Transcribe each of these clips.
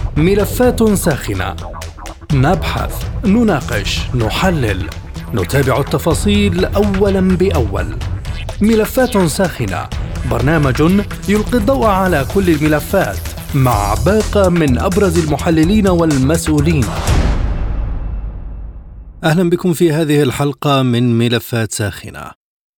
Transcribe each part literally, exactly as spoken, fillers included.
ملفات ساخنة، نبحث، نناقش، نحلل، نتابع التفاصيل أولاً بأول. ملفات ساخنة، برنامج يلقي الضوء على كل الملفات مع باقة من أبرز المحللين والمسؤولين. أهلا بكم في هذه الحلقة من ملفات ساخنة.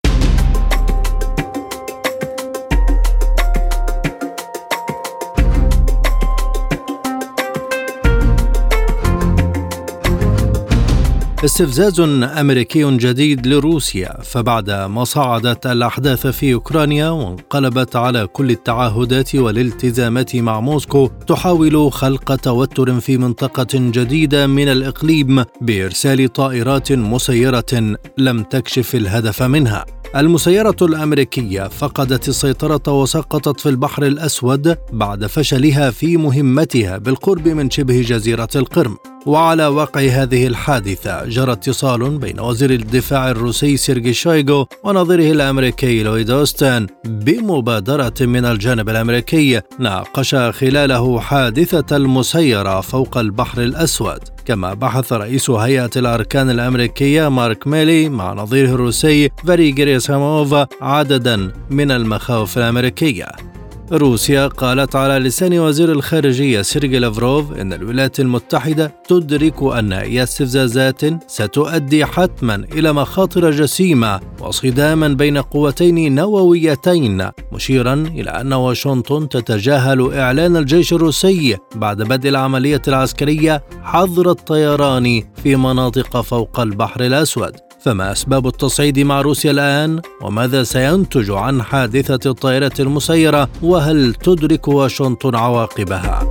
استفزاز أمريكي جديد لروسيا، فبعد ما صعدت الأحداث في أوكرانيا وانقلبت على كل التعهدات والالتزامات مع موسكو، تحاول خلق توتر في منطقة جديدة من الإقليم بإرسال طائرات مسيرة لم تكشف الهدف منها. المسيرة الأمريكية فقدت السيطرة وسقطت في البحر الأسود بعد فشلها في مهمتها بالقرب من شبه جزيرة القرم. وعلى وقع هذه الحادثة جرى اتصال بين وزير الدفاع الروسي سيرجي شويغو ونظيره الأمريكي لويد أوستن بمبادرة من الجانب الأمريكي ناقش خلاله حادثة المسيرة فوق البحر الأسود. كما بحث رئيس هيئة الأركان الأمريكية مارك ميلي مع نظيره الروسي فاري غيراسيموف عددا من المخاوف الأمريكية. روسيا قالت على لسان وزير الخارجية سيرجي لافروف إن الولايات المتحدة تدرك أن أي استفزازات ستؤدي حتما إلى مخاطر جسيمة وصداما بين قوتين نوويتين، مشيرا إلى أن واشنطن تتجاهل إعلان الجيش الروسي بعد بدء العملية العسكرية حظر الطيران في مناطق فوق البحر الأسود. فما أسباب التصعيد مع روسيا الآن؟ وماذا سينتج عن حادثة الطائرة المسيرة؟ وهل تدرك واشنطن عواقبها؟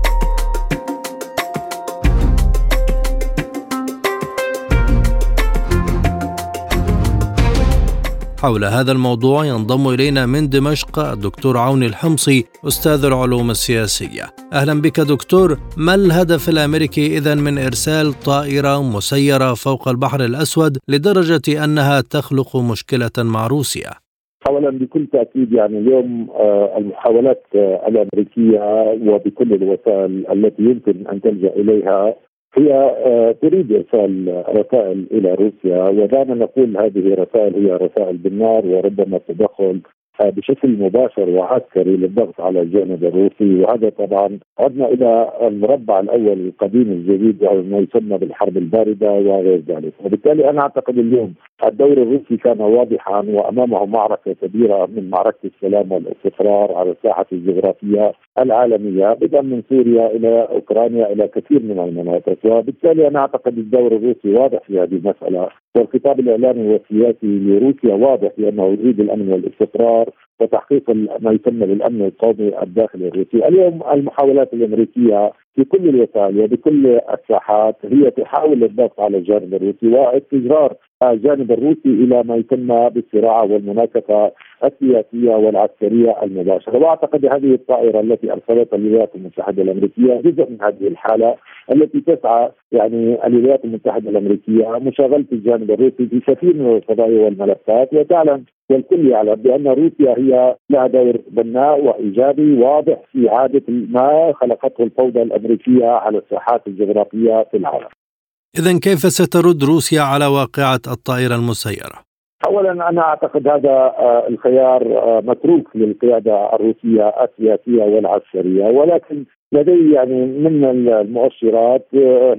حول هذا الموضوع ينضم إلينا من دمشق الدكتور عون الحمصي أستاذ العلوم السياسية. أهلا بك دكتور. ما الهدف الأمريكي إذن من إرسال طائرة مسيرة فوق البحر الأسود لدرجة أنها تخلق مشكلة مع روسيا؟ أولا بكل تأكيد يعني اليوم المحاولات الأمريكية وبكل الوسائل التي يمكن أن تلجأ إليها هي تريد إرسال رسائل إلى روسيا، ودعنا نقول هذه رسائل هي رسائل بالنار وربما تدخل بشكل مباشر وعسكري للضغط على الجانب الروسي. وهذا طبعا عدنا إلى المربع الأول القديم الجديد أو ما يسمى بالحرب الباردة وغير ذلك. وبالتالي أنا أعتقد اليوم الدور الروسي كان واضحا وأمامه معركة كبيرة من معركة السلام والاستقرار على الساحة الجغرافية العالمية، بدءا من سوريا إلى أوكرانيا إلى كثير من المناطق. وبالتالي أنا أعتقد الدور الروسي واضح في هذه المسألة، والخطاب الإعلامي والسياسي لروسيا واضح بأنه يريد الأمن والاستقرار وتحقيق ما يسمى بالأمن القومي الداخلي الروسي. اليوم المحاولات الأمريكية بكل الوسائل وبكل الساحات هي تحاول الضغط على الجانب الروسي واستجرار الجانب الروسي إلى ما يسمى بالصراع والمناكفة السياسية والعسكرية المباشرة. وأعتقد هذه الطائرة التي أرسلتها الولايات المتحدة الأمريكية جزء من هذه الحالة التي تسعى يعني الولايات المتحدة الأمريكية مشاغلة الجانب الروسي في كثير من القضايا والملفات. وتعلم والكل يعلم بأن روسيا هي لها دور بناء وإيجابي واضح في إعادة ما خلقته الفوضى الأمريكية على الساحات الجغرافية في العالم. إذن كيف سترد روسيا على واقعة الطائرة المسيرة؟ أولا أنا أعتقد هذا الخيار متروك للقيادة الروسية السياسية والعسكرية، ولكن لدي يعني من المؤشرات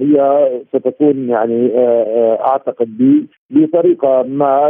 هي ستكون يعني أعتقد بي بطريقة ما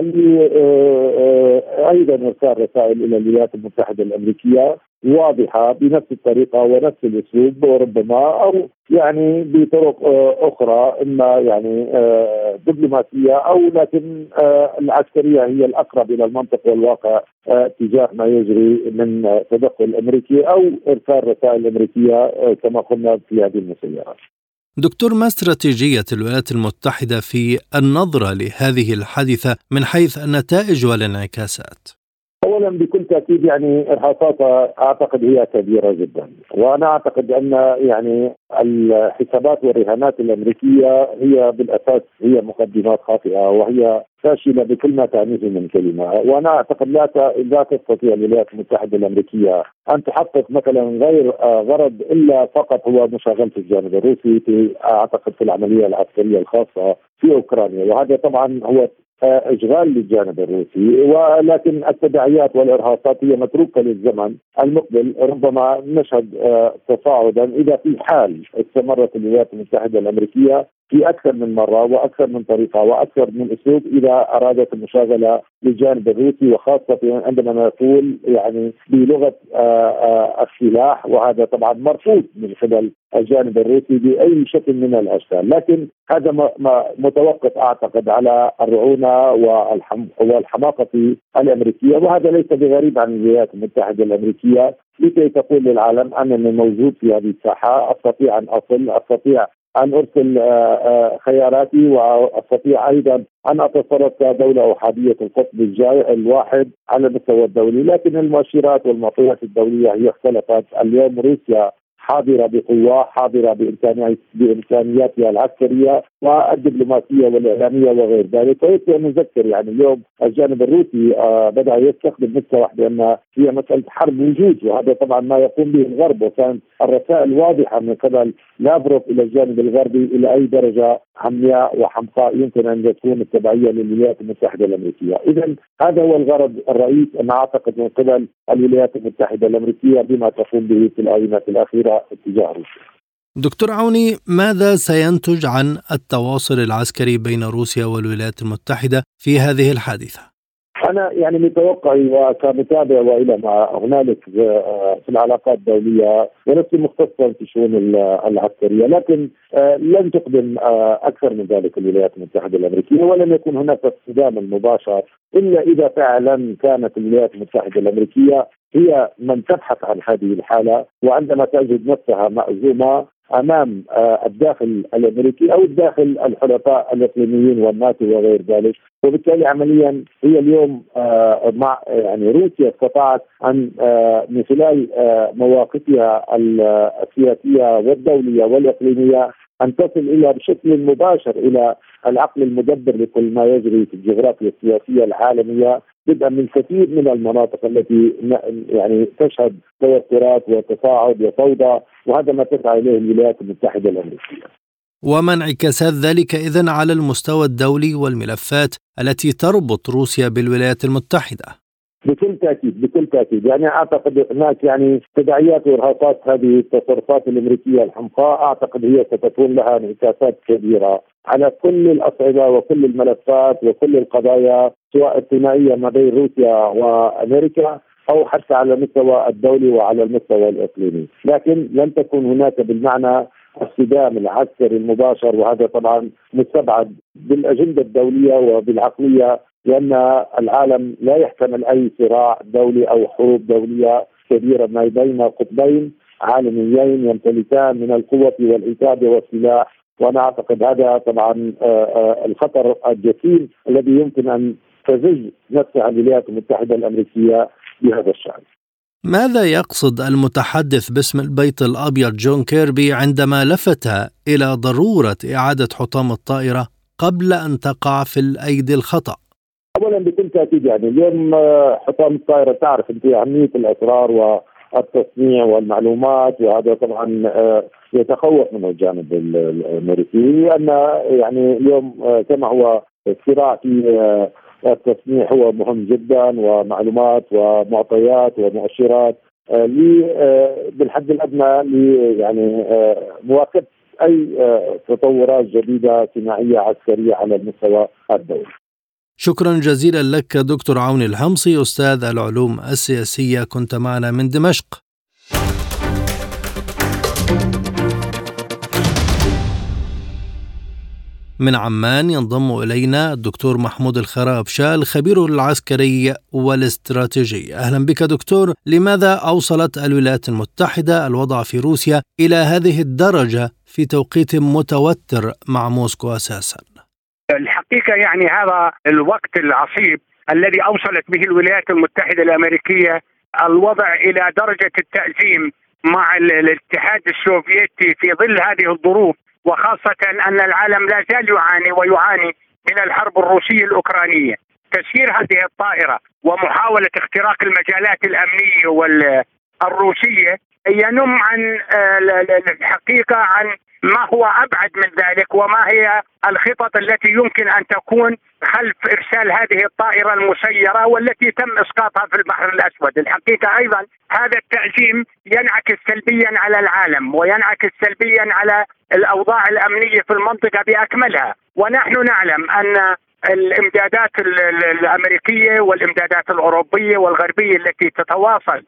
أيضا إرسال رسائل إلى الولايات المتحدة الأمريكية واضحة بنفس الطريقة ونفس الأسلوب، وربما أو يعني بطرق أخرى إما يعني دبلوماسية أو لكن العسكرية هي الأقرب إلى المنطق والواقع تجاه ما يجري من تدخل أمريكي أو إرسال رسائل أمريكية كما قلنا في هذه المسيرات. دكتور، ما استراتيجية الولايات المتحدة في النظرة لهذه الحادثة من حيث النتائج والانعكاسات؟ اولا بكل تاكيد يعني ارهاصاتها اعتقد هي كبيره جدا، وانا اعتقد ان يعني الحسابات والرهانات الامريكيه هي بالاساس هي مقدمات خاطئه وهي فاشله بكل ما تعنيه من كلمه، وانا اعتقد لا لا تستطيع الولايات المتحده الامريكيه ان تحقق مثلا غير غرض الا فقط هو مشاغله الجانب الروسي في اعتقد في العمليه العسكريه الخاصه في اوكرانيا، وهذا طبعا هو اشغال للجانب الروسي، ولكن التداعيات والارهاصات هي متروكه للزمن المقبل. ربما نشهد تصاعدا اذا في حال استمرت الولايات المتحده الامريكيه في اكثر من مره واكثر من طريقه واكثر من اسلوب اذا ارادت المشاغله للجانب الروسي، وخاصه عندما نقول يعني بلغه السلاح، وهذا طبعا مرفوض من قبل الجانب الروسي باي شكل من الاشكال، لكن هذا متوقف اعتقد على الرعونه والحماقه الامريكيه، وهذا ليس بغريب عن الولايات المتحده الامريكيه، لكي تقول للعالم انني موجود في هذه الساحه، استطيع ان اصل، استطيع أن أرسل خياراتي، وأستطيع أيضا أن أتصرف كدولة أحادية القطب الجاي الواحد على المستوى الدولي. لكن المؤشرات والمعطيات الدولية هي اختلفت. اليوم روسيا حاضرة بقوة، حاضرة بإمكانياتها العسكرية والدبلوماسية والإعلامية وغير ذلك. ويكفي أن نذكر يعني اليوم الجانب الروسي آه بدأ يستخدم مصطلح بأن هي مسألة حرب وجود، وهذا طبعا ما يقوم به الغرب، وكان الرسائل واضحة من قبل لافروف إلى الجانب الغربي إلى أي درجة عمياء وحمقاء يمكن أن تكون التبعية للولايات المتحدة الأمريكية. إذا هذا هو الغرض الرئيس أنا أعتقد من قبل الولايات المتحدة الأمريكية بما تقوم به في الآونة الأخيرة اتجاه روسيا. دكتور عوني، ماذا سينتج عن التواصل العسكري بين روسيا والولايات المتحدة في هذه الحادثة؟ أنا يعني متوقعي وكمتابع وإلى ما هنالك في العلاقات الدولية، ولست مختصا في الشؤون العسكرية، لكن لن تقدم أكثر من ذلك الولايات المتحدة الأمريكية، ولن يكون هناك اصطدام مباشر إلا إذا فعلا كانت الولايات المتحدة الأمريكية هي من تبحث عن هذه الحالة، وعندما تجد نفسها مأزومة امام الداخل الامريكي او الداخل الحلفاء الاقليميين والناتو وغير ذلك. وبالتالي عمليا هي اليوم مع يعني روسيا استطاعت ان من خلال مواقفها السياسيه والدوليه والاقليميه ان تصل الى بشكل مباشر الى العقل المدبر لكل ما يجري في الجغرافيا السياسيه العالميه، بدءا من كثير من المناطق التي يعني تشهد توترات وتصاعد وفوضى، وهذا ما تسعى اليه الولايات المتحده الامريكيه. وما انعكاسات ذلك إذن على المستوى الدولي والملفات التي تربط روسيا بالولايات المتحدة؟ بكل تأكيد بكل تأكيد يعني أعتقد هناك يعني تداعيات وإرهاصات هذه التصرفات الأمريكية الحمقاء، أعتقد هي ستكون لها انعكاسات كبيرة على كل الأصعدة وكل الملفات وكل القضايا، سواء الثنائية ما بين روسيا وأمريكا أو حتى على المستوى الدولي وعلى المستوى الإقليمي. لكن لن تكون هناك بالمعنى الصدام العسكري المباشر، وهذا طبعا مستبعد بالأجندة الدولية وبالعقلية، لأن العالم لا يحتمل أي صراع دولي أو حروب دولية كبيرة ما بين قطبين عالميين يمتلكان من القوة والإنتاج والسلاح. وأنا أعتقد هذا طبعا الخطر الجسيم الذي يمكن أن تزج نفسها الولايات المتحدة الأمريكية بهذا الشأن. ماذا يقصد المتحدث باسم البيت الأبيض جون كيربي عندما لفت إلى ضرورة إعادة حطام الطائرة قبل أن تقع في الأيدي الخطأ؟ أولا بكل تأكيد يعني اليوم حطام الطائرة تعرف أنت أهمية الأسرار والتصنيع والمعلومات، وهذا طبعا يتخوف منه الجانب الأمريكي، لأن يعني اليوم كما هو الصراع في التصنيع هو مهم جدا، ومعلومات ومعطيات ومؤشرات بالحد الأدنى ل يعني مواكبة أي تطورات جديدة صناعية عسكرية على المستوى الدولي. شكرا جزيلا لك دكتور عوني الحمصي، أستاذ العلوم السياسية، كنت معنا من دمشق. من عمان ينضم إلينا الدكتور محمود الخرابشة الخبير العسكري والاستراتيجي. أهلا بك دكتور. لماذا أوصلت الولايات المتحدة الوضع في روسيا إلى هذه الدرجة في توقيت متوتر مع موسكو أساسا؟ الحقيقة يعني هذا الوقت العصيب الذي أوصلت به الولايات المتحدة الأمريكية الوضع إلى درجة التأزيم مع الاتحاد السوفيتي في ظل هذه الظروف، وخاصة أن العالم لا زال يعاني ويعاني من الحرب الروسية الأوكرانية. تسيير هذه الطائرة ومحاولة اختراق المجالات الأمنية والروسية ينم عن الحقيقة عن ما هو أبعد من ذلك، وما هي الخطط التي يمكن أن تكون خلف إرسال هذه الطائرة المسيرة والتي تم إسقاطها في البحر الأسود. الحقيقة أيضا هذا التأزيم ينعكس سلبيا على العالم وينعكس سلبيا على الأوضاع الأمنية في المنطقة بأكملها، ونحن نعلم أن الامدادات الامريكيه والامدادات الاوروبيه والغربيه التي تتواصل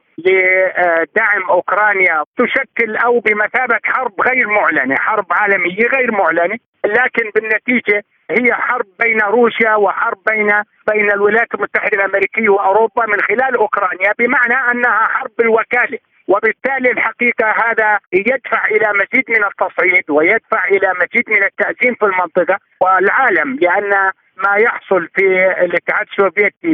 لدعم اوكرانيا تشكل او بمثابه حرب غير معلنه، حرب عالميه غير معلنه، لكن بالنتيجه هي حرب بين روسيا وحرب بين بين الولايات المتحده الامريكيه واوروبا من خلال اوكرانيا، بمعنى انها حرب بالوكاله. وبالتالي الحقيقة هذا يدفع إلى مزيد من التصعيد ويدفع إلى مزيد من التأزيم في المنطقة والعالم، لأن ما يحصل في الاتحاد السوفيتي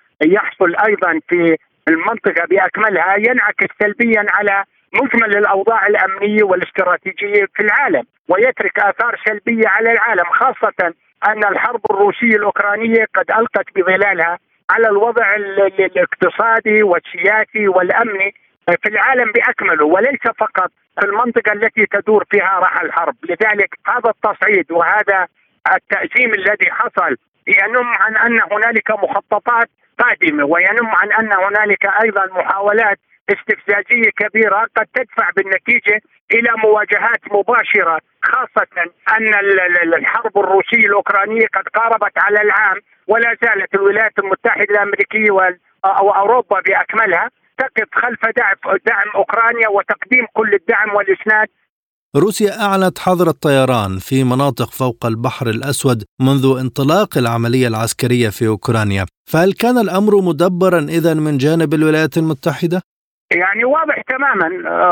ويحصل أيضا في المنطقة بأكملها ينعكس سلبيا على مجمل الأوضاع الأمنية والاستراتيجية في العالم، ويترك آثار سلبية على العالم، خاصة أن الحرب الروسية الأوكرانية قد ألقت بظلالها على الوضع الاقتصادي والسياسي والأمني في العالم بأكمله، وليس فقط في المنطقة التي تدور فيها رحى الحرب. لذلك هذا التصعيد وهذا التأزيم الذي حصل ينم عن أن هنالك مخططات قادمة، وينم عن أن هنالك أيضا محاولات استفزازية كبيرة قد تدفع بالنتيجة إلى مواجهات مباشرة، خاصة أن الحرب الروسية الأوكرانية قد قاربت على العام، ولا زالت الولايات المتحدة الأمريكية وأوروبا بأكملها تقف خلف دعم أوكرانيا وتقديم كل الدعم والإسناد. روسيا أعلنت حظر الطيران في مناطق فوق البحر الأسود منذ انطلاق العملية العسكرية في أوكرانيا، فهل كان الأمر مدبرا إذن من جانب الولايات المتحدة؟ يعني واضح تماما،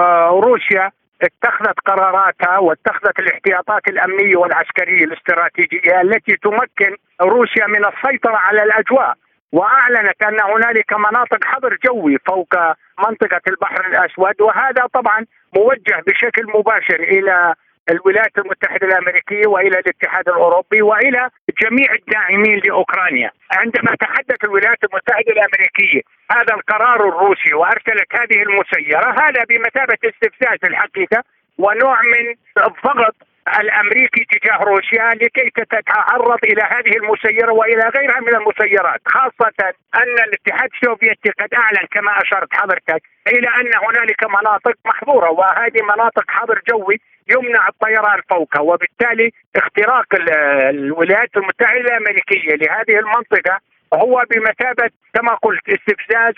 روسيا اتخذت قراراتها واتخذت الاحتياطات الأمنية والعسكرية الاستراتيجية التي تمكن روسيا من السيطرة على الأجواء، وأعلنت أن هنالك مناطق حظر جوي فوق منطقة البحر الأسود، وهذا طبعا موجه بشكل مباشر إلى الولايات المتحدة الأمريكية وإلى الاتحاد الأوروبي وإلى جميع الداعمين لأوكرانيا. عندما تحدث الولايات المتحدة الأمريكية هذا القرار الروسي وأرسلت هذه المسيرة، هذا بمثابة استفزاز الحقيقة ونوع من الضغط الأمريكي تجاه روسيا لكي تتعرض إلى هذه المسيرة وإلى غيرها من المسيرات، خاصة أن الاتحاد السوفيتي قد أعلن كما أشرت حضرتك إلى أن هنالك مناطق محظورة، وهذه مناطق حظر جوي يمنع الطيران فوقها، وبالتالي اختراق الولايات المتحدة الأمريكية لهذه المنطقة هو بمثابة كما قلت استفزاز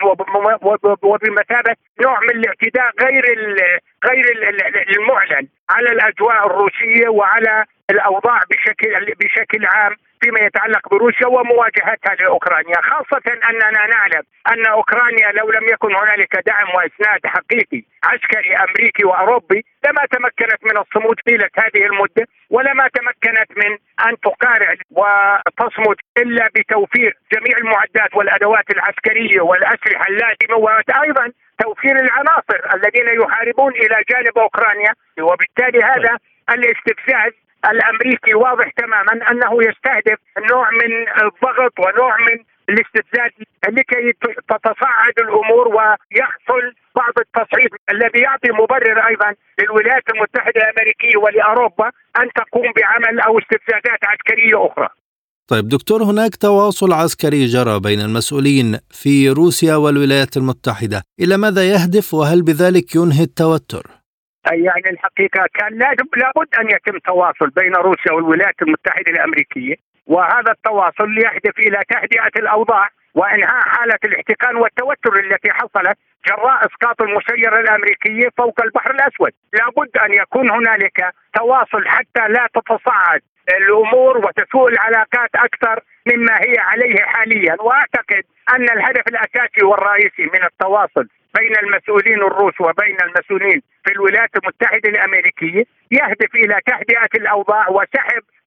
وبمثابة نوع من الاعتداء غير غير المعلن على الأجواء الروسية وعلى الأوضاع بشكل بشكل عام فيما يتعلق بروسيا ومواجهتها لأوكرانيا، خاصة أننا نعلم أن أوكرانيا لو لم يكن هنالك دعم وإسناد حقيقي عسكري أمريكي وأوروبي لما تمكنت من الصمود طيلة هذه المدة، ولما تمكنت من أن تقارع وتصمد إلا بتوفير جميع المعدات والأدوات العسكرية والأسلحة اللازمة، وأيضا توفير العناصر الذين يحاربون إلى جانب أوكرانيا. وبالتالي هذا الاستفزاز الأمريكي واضح تماما أنه يستهدف نوع من الضغط ونوع من الاستفزاز لكي تتصاعد الأمور ويحصل بعض التصعيد الذي يعطي مبرر أيضا للولايات المتحدة الأمريكية ولأوروبا أن تقوم بعمل أو استفزازات عسكرية أخرى. طيب دكتور، هناك تواصل عسكري جرى بين المسؤولين في روسيا والولايات المتحدة، إلى ماذا يهدف وهل بذلك ينهي التوتر؟ يعني الحقيقة كان لابد أن يتم تواصل بين روسيا والولايات المتحدة الأمريكية، وهذا التواصل يهدف إلى تهدئة الأوضاع وإنهاء حالة الاحتقان والتوتر التي حصلت جراء إسقاط المسيرة الأمريكية فوق البحر الأسود. لابد أن يكون هنالك تواصل حتى لا تتصاعد الأمور وتسوء العلاقات أكثر مما هي عليه حاليا، وأعتقد أن الهدف الأساسي والرئيسي من التواصل بين المسؤولين الروس وبين المسؤولين في الولايات المتحدة الأمريكية يهدف إلى تهدئة الأوضاع وسحب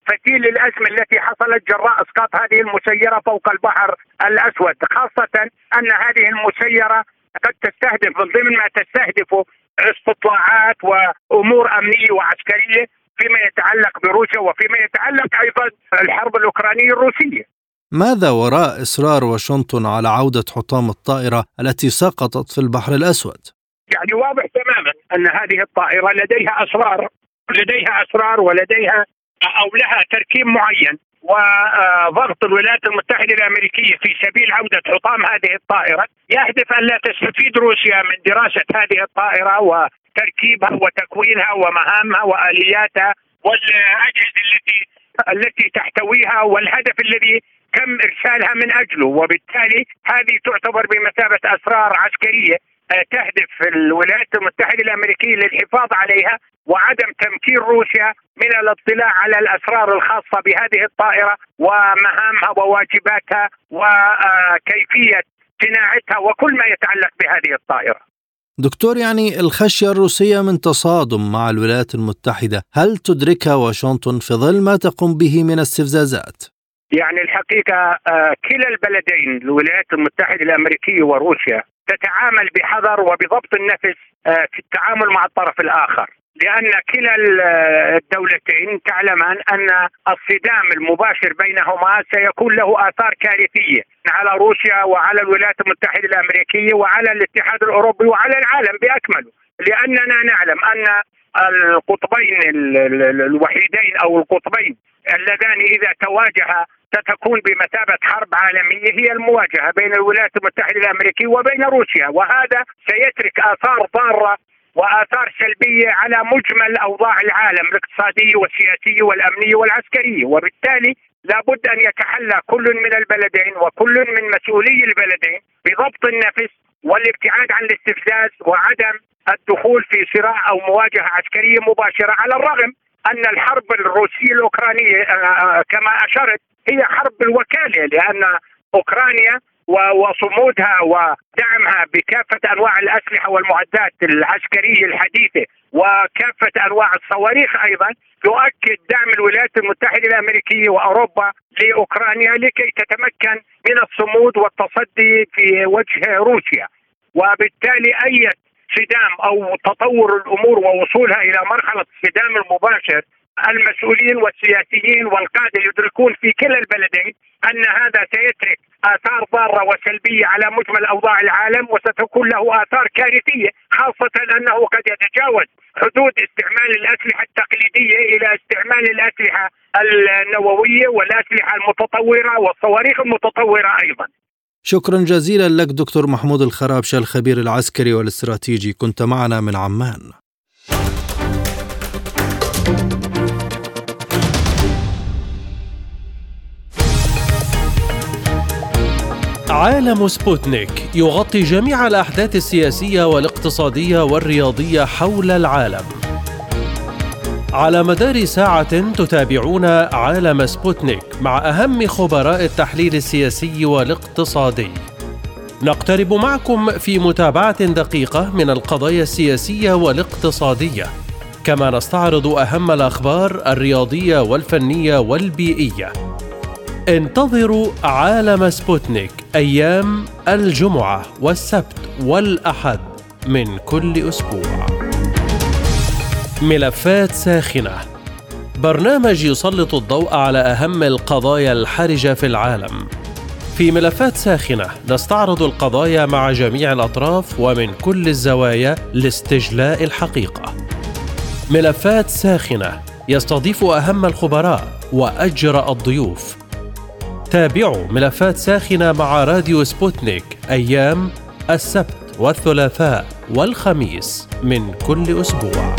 فتيل الأزمة التي حصلت جراء إسقاط هذه المسيرة فوق البحر الأسود، خاصة أن هذه المسيرة قد تستهدف من ضمن ما تستهدفه استطلاعات وأمور أمنية وعسكرية فيما يتعلق بروسيا وفيما يتعلق أيضا الحرب الأوكرانية الروسية. ماذا وراء إصرار واشنطن على عودة حطام الطائرة التي سقطت في البحر الأسود؟ يعني واضح تماما أن هذه الطائرة لديها أسرار لديها أسرار ولديها أو لها تركيب معين، وضغط الولايات المتحدة الأمريكية في سبيل عودة حطام هذه الطائرة يهدف أن لا تستفيد روسيا من دراسة هذه الطائرة وتركيبها وتكوينها ومهامها وآلياتها والأجهزة التي التي تحتويها والهدف الذي تم إرسالها من أجله، وبالتالي هذه تعتبر بمثابة أسرار عسكرية تهدف الولايات المتحدة الأمريكية للحفاظ عليها وعدم تمكين روسيا من الاطلاع على الأسرار الخاصة بهذه الطائرة ومهامها وواجباتها وكيفية صناعتها وكل ما يتعلق بهذه الطائرة. دكتور، يعني الخشية الروسية من تصادم مع الولايات المتحدة، هل تدركها واشنطن في ظل ما تقوم به من استفزازات؟ يعني الحقيقة كلا البلدين الولايات المتحدة الأمريكية وروسيا تتعامل بحذر وبضبط النفس في التعامل مع الطرف الآخر، لأن كلا الدولتين تعلمان أن الصدام المباشر بينهما سيكون له آثار كارثية على روسيا وعلى الولايات المتحدة الأمريكية وعلى الاتحاد الأوروبي وعلى العالم بأكمله، لأننا نعلم أن القطبين الوحيدين أو القطبين اللذان إذا تواجها ستكون بمثابة حرب عالمية هي المواجهة بين الولايات المتحدة الأمريكية وبين روسيا، وهذا سيترك آثار ضارة وآثار سلبية على مجمل أوضاع العالم الاقتصادية والسياسية والأمنية والعسكرية، وبالتالي لابد أن يتحلى كل من البلدين وكل من مسؤولي البلدين بضبط النفس والابتعاد عن الاستفزاز وعدم الدخول في صراع أو مواجهة عسكرية مباشرة، على الرغم أن الحرب الروسية الأوكرانية كما أشرت هي حرب الوكالة، لأن أوكرانيا وصمودها ودعمها بكافة أنواع الأسلحة والمعدات العسكرية الحديثة وكافة أنواع الصواريخ أيضا يؤكد دعم الولايات المتحدة الأمريكية وأوروبا لأوكرانيا لكي تتمكن من الصمود والتصدي في وجه روسيا، وبالتالي أي صدام أو تطور الأمور ووصولها إلى مرحلة الصدام المباشر المسؤولين والسياسيين والقادة يدركون في كلا البلدين أن هذا سيترك آثار ضارة وسلبية على مجمل أوضاع العالم وستكون له آثار كارثية، خاصة أنه قد يتجاوز حدود استعمال الأسلحة التقليدية إلى استعمال الأسلحة النووية والأسلحة المتطورة والصواريخ المتطورة أيضا. شكرا جزيلا لك دكتور محمود الخرابشة، الخبير العسكري والاستراتيجي، كنت معنا من عمان. عالم سبوتنيك يغطي جميع الأحداث السياسية والاقتصادية والرياضية حول العالم. على مدار ساعة تتابعون عالم سبوتنيك مع أهم خبراء التحليل السياسي والاقتصادي. نقترب معكم في متابعة دقيقة من القضايا السياسية والاقتصادية، كما نستعرض أهم الأخبار الرياضية والفنية والبيئية. انتظروا عالم سبوتنيك أيام الجمعة والسبت والأحد من كل أسبوع. ملفات ساخنة، برنامج يسلط الضوء على أهم القضايا الحرجة في العالم. في ملفات ساخنة نستعرض القضايا مع جميع الأطراف ومن كل الزوايا لاستجلاء الحقيقة. ملفات ساخنة يستضيف أهم الخبراء وأجرأ الضيوف. تابعوا ملفات ساخنة مع راديو سبوتنيك أيام السبت والثلاثاء والخميس من كل أسبوع.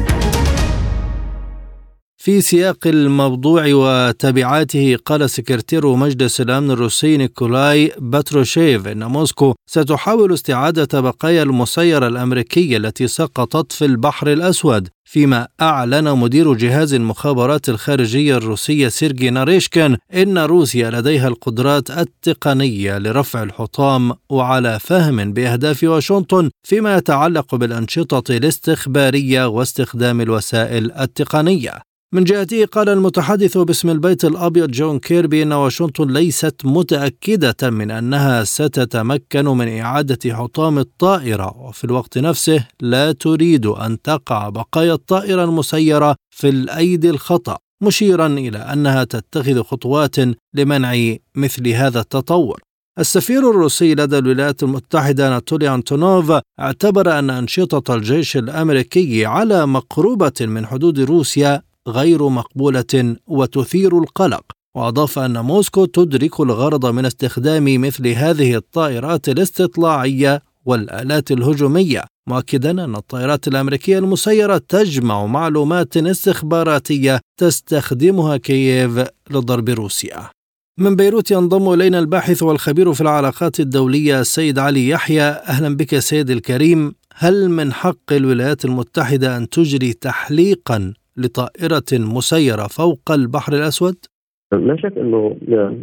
في سياق الموضوع وتبعاته، قال سكرتير مجلس الأمن الروسي نيكولاي باتروشيف إن موسكو ستحاول استعادة بقايا المسيرة الأمريكية التي سقطت في البحر الأسود، فيما أعلن مدير جهاز المخابرات الخارجية الروسية سيرجي ناريشكين إن روسيا لديها القدرات التقنية لرفع الحطام وعلى فهم بأهداف واشنطن فيما يتعلق بالأنشطة الاستخبارية واستخدام الوسائل التقنية. من جهته قال المتحدث باسم البيت الأبيض جون كيربي أن واشنطن ليست متأكدة من أنها ستتمكن من إعادة حطام الطائرة، وفي الوقت نفسه لا تريد أن تقع بقايا الطائرة المسيرة في الأيدي الخطأ، مشيرا إلى أنها تتخذ خطوات لمنع مثل هذا التطور. السفير الروسي لدى الولايات المتحدة أناتولي أنتونوف اعتبر أن أنشطة الجيش الأمريكي على مقربة من حدود روسيا غير مقبولة وتثير القلق، وأضاف أن موسكو تدرك الغرض من استخدام مثل هذه الطائرات الاستطلاعية والآلات الهجومية، مؤكدا أن الطائرات الأمريكية المسيرة تجمع معلومات استخباراتية تستخدمها كييف لضرب روسيا. من بيروت ينضم إلينا الباحث والخبير في العلاقات الدولية السيد علي يحيى. أهلا بك سيد الكريم. هل من حق الولايات المتحدة أن تجري تحليقا لطائرة مسيرة فوق البحر الأسود؟ لا شك أنه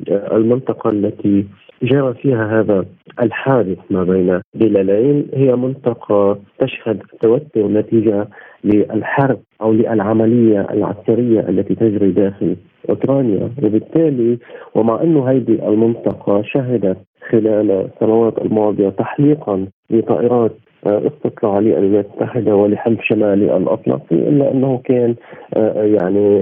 المنطقة التي جرى فيها هذا الحادث ما بين بلادين هي منطقة تشهد توتر نتيجة للحرب أو للعملية العسكرية التي تجري داخل أوكرانيا، وبالتالي ومع أنه هذه المنطقة شهدت خلال السنوات الماضية تحليقا لطائرات استطلاع للولايات المتحدة ولحلف شمالي الأطلسي، إلا أنه كان يعني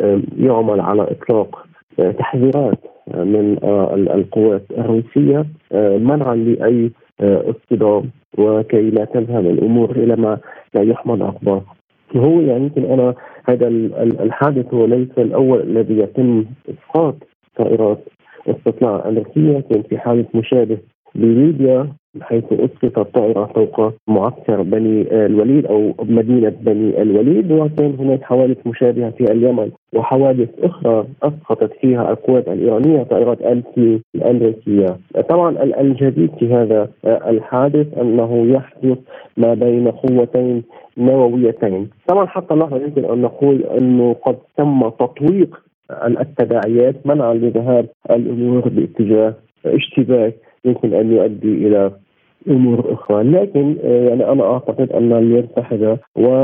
يعمل على إطلاق تحذيرات من القوات الروسية منعا لأي اصطدام وكي لا تذهب الأمور إلى ما لا يحمد عقباه. هو يعني يمكن أنا هذا الحادث هو ليس الأول الذي يتم إسقاط طائرات استطلاع أمريكية، كان في حادث مشابه بليبيا حيث أسقطت طائرة فوق معسكر بني الوليد أو مدينة بني الوليد، وكان هناك حوادث مشابهة في اليمن وحوادث أخرى أسقطت فيها القوات الإيرانية طائرات ألكي الأمريكية. طبعا الجديد في هذا الحادث أنه يحدث ما بين قوتين نوويتين. طبعا حتى اللحظة يمكن أن نقول أنه قد تم تطويق التداعيات منعا لذهاب الأمور باتجاه اشتباك يمكن أن يؤدي إلى أمور أخرى، لكن يعني أنا أعتقد أن الولايات المتحدة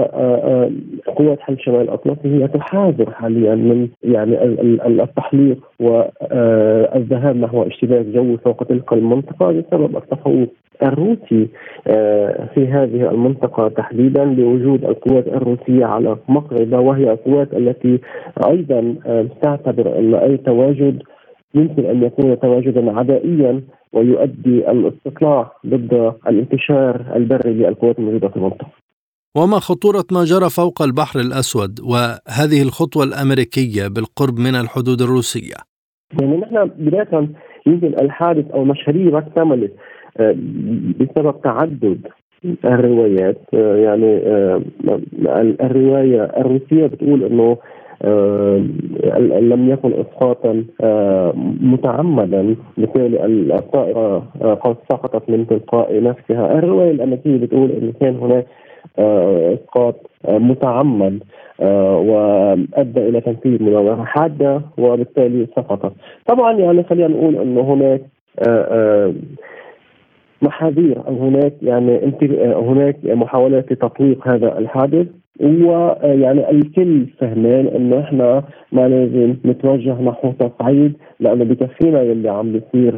وقوات حلف شمال الأطلسي هي تحاذر حاليا من يعني التحليق والذهاب نحو اشتباك جوي فوق تلك المنطقة بسبب التفوق الروسي في هذه المنطقة تحديدا لوجود القوات الروسية على مقربة، وهي القوات التي أيضا تعتبر أن أي تواجد يمكن أن يكون تواجدا عدائيا ويؤدي الاستطلاع ضد الانتشار البري للقوات الموجودة في المنطقة. وما خطورة ما جرى فوق البحر الأسود وهذه الخطوة الأمريكية بالقرب من الحدود الروسية؟ يعني نحن بداية يمكن الحادث أو المشهدية ما اكتملت بسبب تعدد الروايات. يعني الرواية الروسية بتقول أنه آه لم يكن إسقاطا آه متعمدا، بالتالي الطائرة آه قد سقطت من تلقاء نفسها. الرواية الأمريكية بتقول أن كان هناك آه إسقاط آه متعمد آه وأدى إلى تنفيذ مناورة حادة وبالتالي سقطت. طبعا يعني خلينا نقول أن هناك آه آه محاذير أو هناك يعني هناك محاولات لتطويق هذا الحادث، ويعني الكل فهمان انه احنا ما لازم نتوجه نحو تصعيد، لانه بكفينا يلي عم بيصير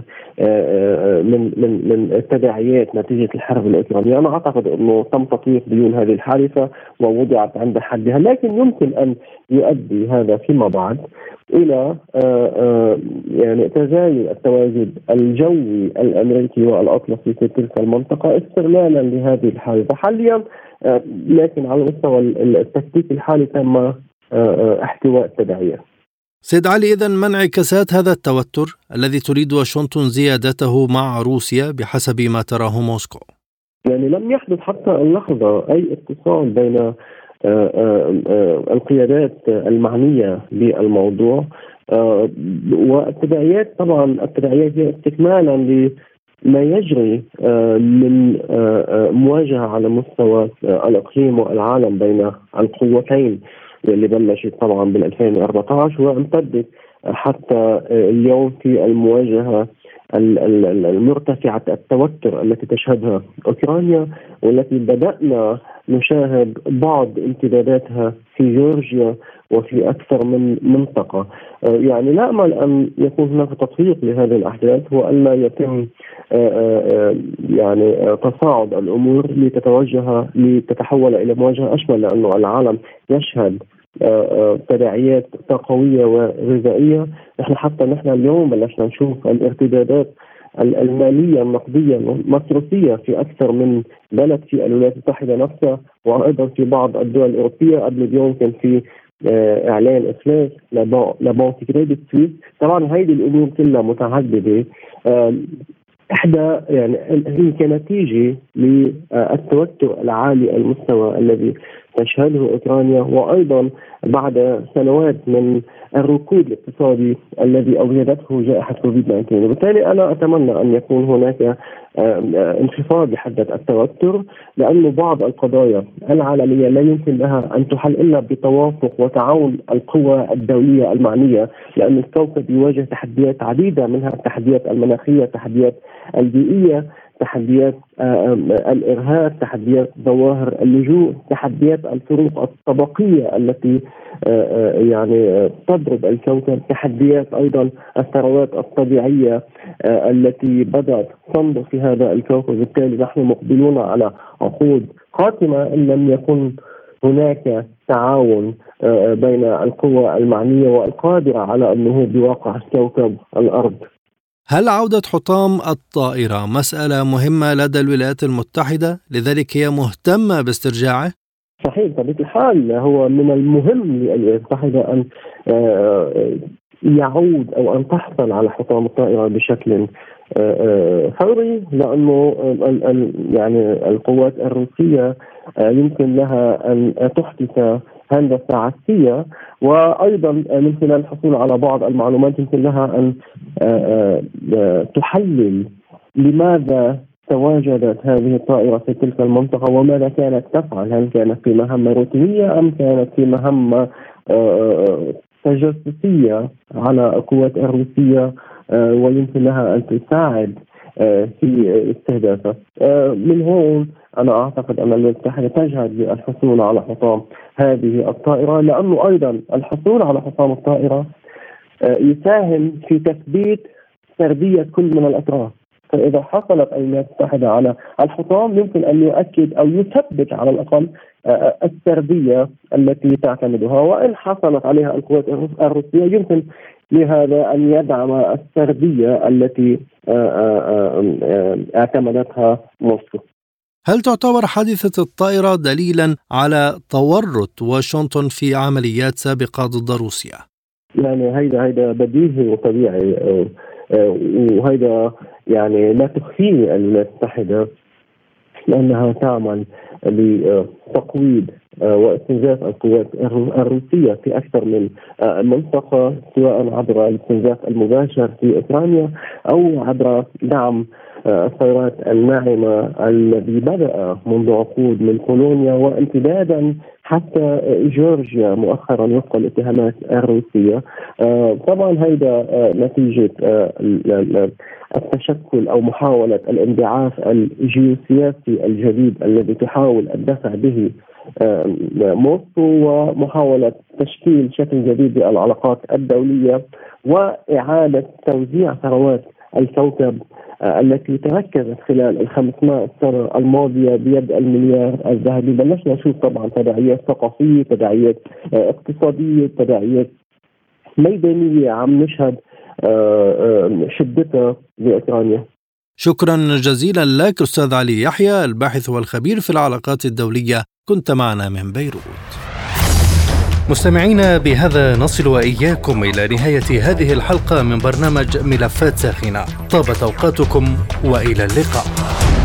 من من من التداعيات نتيجه الحرب الاوكرانيه. انا اعتقد انه تم تطويق ديون هذه الحادثه ووضعت عند حدها، لكن يمكن ان يؤدي هذا فيما بعد الى يعني تزايد التواجد الجوي الامريكي والاطلسي في تلك المنطقه استغلالا لهذه الحادثه حاليا، لكن على مستوى التكتيك الحالي تم احتواء التداعيات. سيد علي، إذن ما انعكاسات هذا التوتر الذي تريد واشنطن زيادته مع روسيا بحسب ما تراه موسكو؟ يعني لم يحدث حتى اللحظة أي اتصال بين القيادات المعنية بالموضوع، والتداعيات طبعا التداعيات هي استكمالا لما يجري من مواجهة على مستوى الإقليم والعالم بين القوتين اللي بلشت طبعا بال ألفين وأربعة عشر وامتدت حتى اليوم في المواجهة المرتفعة التوتر التي تشهدها أوكرانيا، والتي بدأنا نشاهد بعض امتداداتها في جورجيا وفي أكثر من منطقة. يعني نأمل أن يكون هناك تطبيق لهذه الأحداث وألا يتم يعني تصاعد الأمور لتتوجه لتتحول إلى مواجهة أشمل، لأنه العالم يشهد تداعيات طاقوية وغذائية. نحن حتى نحن اليوم بلشنا نشوف الارتدادات المالية النقدية المصرفية في أكثر من بلد في الولايات المتحدة نفسها، وأيضا في بعض الدول الأوروبية. قبل اليوم كان في إعلان إفلاس لبنك كريدت سويس. طبعا هذه الأمور كلها متعددة، إحدى يعني هي كنتيجة للتوتر العالي المستوى الذي تشهده أوكرانيا، وأيضا بعد سنوات من الركود الاقتصادي الذي أوجدته جائحة كوفيد تسعة عشر. وبالتالي أنا أتمنى أن يكون هناك انخفاض بحدة التوتر، لأن بعض القضايا العالمية لا يمكن لها أن تحل إلا بتوافق وتعاون القوى الدولية المعنية، لأن الكوكب يواجه تحديات عديدة، منها التحديات المناخية، التحديات البيئية، تحديات الإرهاب، تحديات ظواهر اللجوء، تحديات الفروق الطبقية التي يعني تضرب الكوكب، تحديات أيضا الثروات الطبيعية التي بدأت تنضج في هذا الكوكب. بالتالي نحن مقبلون على عقود قاتمة إن لم يكن هناك تعاون بين القوى المعنية والقادرة على النهوض بواقع كوكب الأرض. هل عودة حطام الطائرة مسألة مهمة لدى الولايات المتحدة لذلك هي مهتمة باسترجاعه؟ صحيح، بطبيعة الحال هو من المهم للولايات المتحدة أن يعود أو أن تحصل على حطام الطائرة بشكل فوري، لأنه يعني القوات الروسية يمكن لها أن تحدث هندسة عسكرية، وأيضا من خلال الحصول على بعض المعلومات يمكن لها أن تحلل لماذا تواجدت هذه الطائرة في تلك المنطقة وماذا كانت تفعل، هل كانت في مهمة روتينية أم كانت في مهمة تجسسية على القوات الروسية ويمكن لها أن تساعد في استهدافه. من هون أنا أعتقد أن الولايات المتحدة تجهد بالحصول على حطام هذه الطائرة، لأنه أيضا الحصول على حطام الطائرة يساهم في تثبيت سردية كل من الأطراف. فإذا حصلت الولايات المتحدة على الحطام يمكن أن يؤكد أو يثبت على الأقل السردية التي تعتمدها، وإن حصلت عليها القوات الروسية يمكن لهذا أن يدعم السردية التي اعتمدتها موسكو. هل تعتبر حادثة الطائرة دليلا على تورط واشنطن في عمليات سابقة ضد روسيا؟ يعني هيدا هيدا بديهي وطبيعي، وهيدا يعني لا تخفيه الولايات المتحدة، لأنها تعمل لتقويض واستنزاف القوات الروسية في أكثر من منطقة، سواء عبر الاستنزاف المباشر في أوكرانيا أو عبر دعم الثورات الناعمة الذي بدأ منذ عقود من بولونيا وامتدادا حتى جورجيا مؤخرا وفق الاتهامات الروسية. طبعا هيدا نتيجة التشكل أو محاولة الاندعاف الجيوسياسي الجديد الذي تحاول الدفع به موسكو، ومحاولة تشكيل شكل جديد للعلاقات الدولية وإعادة توزيع ثروات الكوكب التي تركزت خلال الخمسمائة سنة الماضية بيد المليار الذهبي. بلشنا نشوف طبعا تداعيات ثقافية، تداعيات اقتصادية، تداعيات ميدانية عم نشهد شدتها بأوكرانيا. شكرا جزيلا لك أستاذ علي يحيى، الباحث والخبير في العلاقات الدولية، كنت معنا من بيروت. مستمعينا، بهذا نصل وإياكم إلى نهاية هذه الحلقة من برنامج ملفات ساخنة. طابت أوقاتكم وإلى اللقاء.